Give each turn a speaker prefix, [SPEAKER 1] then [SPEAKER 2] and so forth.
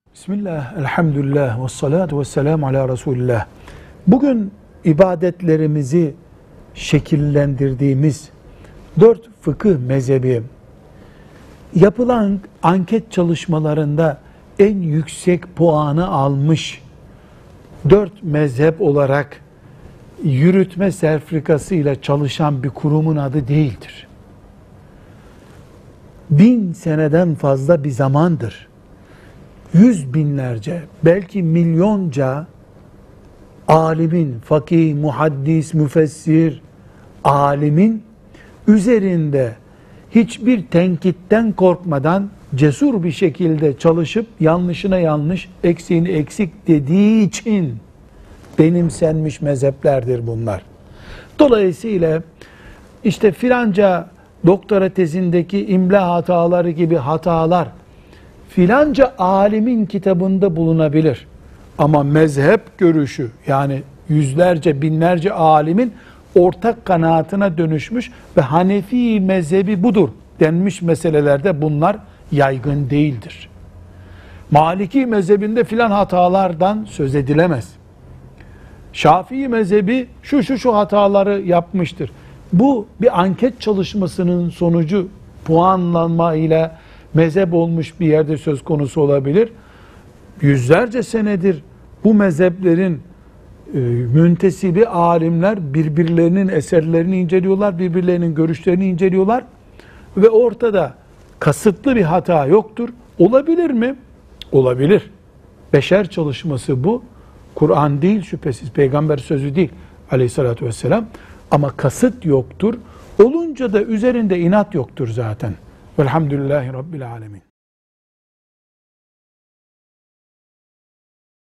[SPEAKER 1] Bismillah, elhamdülillah, ve salatu ve selamu ala Resulillah. Bugün ibadetlerimizi şekillendirdiğimiz 4 fıkıh mezhebi, yapılan anket çalışmalarında en yüksek puanı almış 4 mezhep olarak yürütme sertifikasıyla çalışan bir kurumun adı değildir. 1000 seneden fazla bir zamandır, yüz binlerce, belki milyonca alimin, fakih, muhaddis, müfessir, alimin üzerinde hiçbir tenkitten korkmadan cesur bir şekilde çalışıp yanlışına yanlış, eksiğini eksik dediği için benimsenmiş mezheplerdir bunlar. Dolayısıyla işte filanca doktora tezindeki imla hataları gibi hatalar filanca alimin kitabında bulunabilir. Ama mezhep görüşü, yani yüzlerce, binlerce alimin ortak kanaatine dönüşmüş ve Hanefi mezhebi budur denmiş meselelerde bunlar yaygın değildir. Maliki mezhebinde filan hatalardan söz edilemez. Şafii mezhebi şu hataları yapmıştır. Bu bir anket çalışmasının sonucu, puanlanma ile mezhep olmuş bir yerde söz konusu olabilir. Yüzlerce senedir bu mezheplerin müntesibi alimler birbirlerinin eserlerini inceliyorlar, birbirlerinin görüşlerini inceliyorlar ve ortada kasıtlı bir hata yoktur. Olabilir mi? Olabilir. Beşer çalışması bu. Kur'an değil şüphesiz, peygamber sözü değil aleyhissalatü vesselam. Ama kasıt yoktur. Olunca da üzerinde inat yoktur zaten. Velhamdülillahi Rabbil alemin.